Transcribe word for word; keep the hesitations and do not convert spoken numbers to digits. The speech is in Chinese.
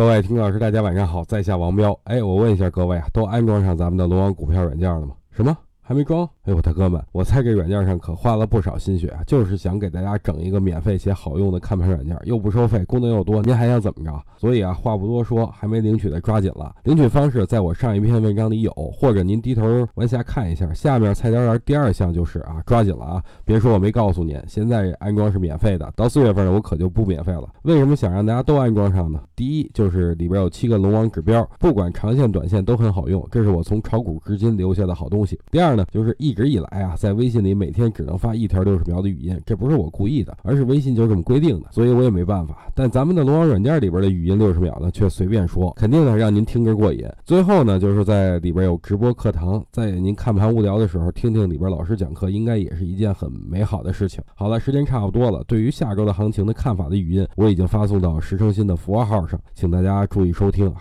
各位听众老师，大家晚上好，在下王彪。哎，我问一下各位啊，都安装上咱们的龙王股票软件了吗？什么？还没装？哎呦，大哥们，我猜这软件上可花了不少心血啊，就是想给大家整一个免费且好用的看盘软件，又不收费，功能又多，您还想怎么着？所以啊，话不多说，还没领取的抓紧了。领取方式在我上一篇文章里有，或者您低头往下看一下，下面菜单栏第二项就是啊，抓紧了啊！别说我没告诉您，现在安装是免费的，到四月份呢，我可就不免费了。为什么想让大家都安装上呢？第一就是里边有七个龙王指标，不管长线短线都很好用，这是我从炒股至今留下的好东西。第二呢，就是一直以来啊，在微信里每天只能发一条六十秒的语音，这不是我故意的，而是微信就这么规定的，所以我也没办法。但咱们的龙王软件里边的语音六十秒呢，却随便说，肯定呢让您听着过瘾。最后呢，就是在里边有直播课堂，在您看盘无聊的时候，听听里边老师讲课，应该也是一件很美好的事情。好了，时间差不多了，对于下周的行情的看法的语音，我已经发送到石诚新的符号号上，请大家注意收听。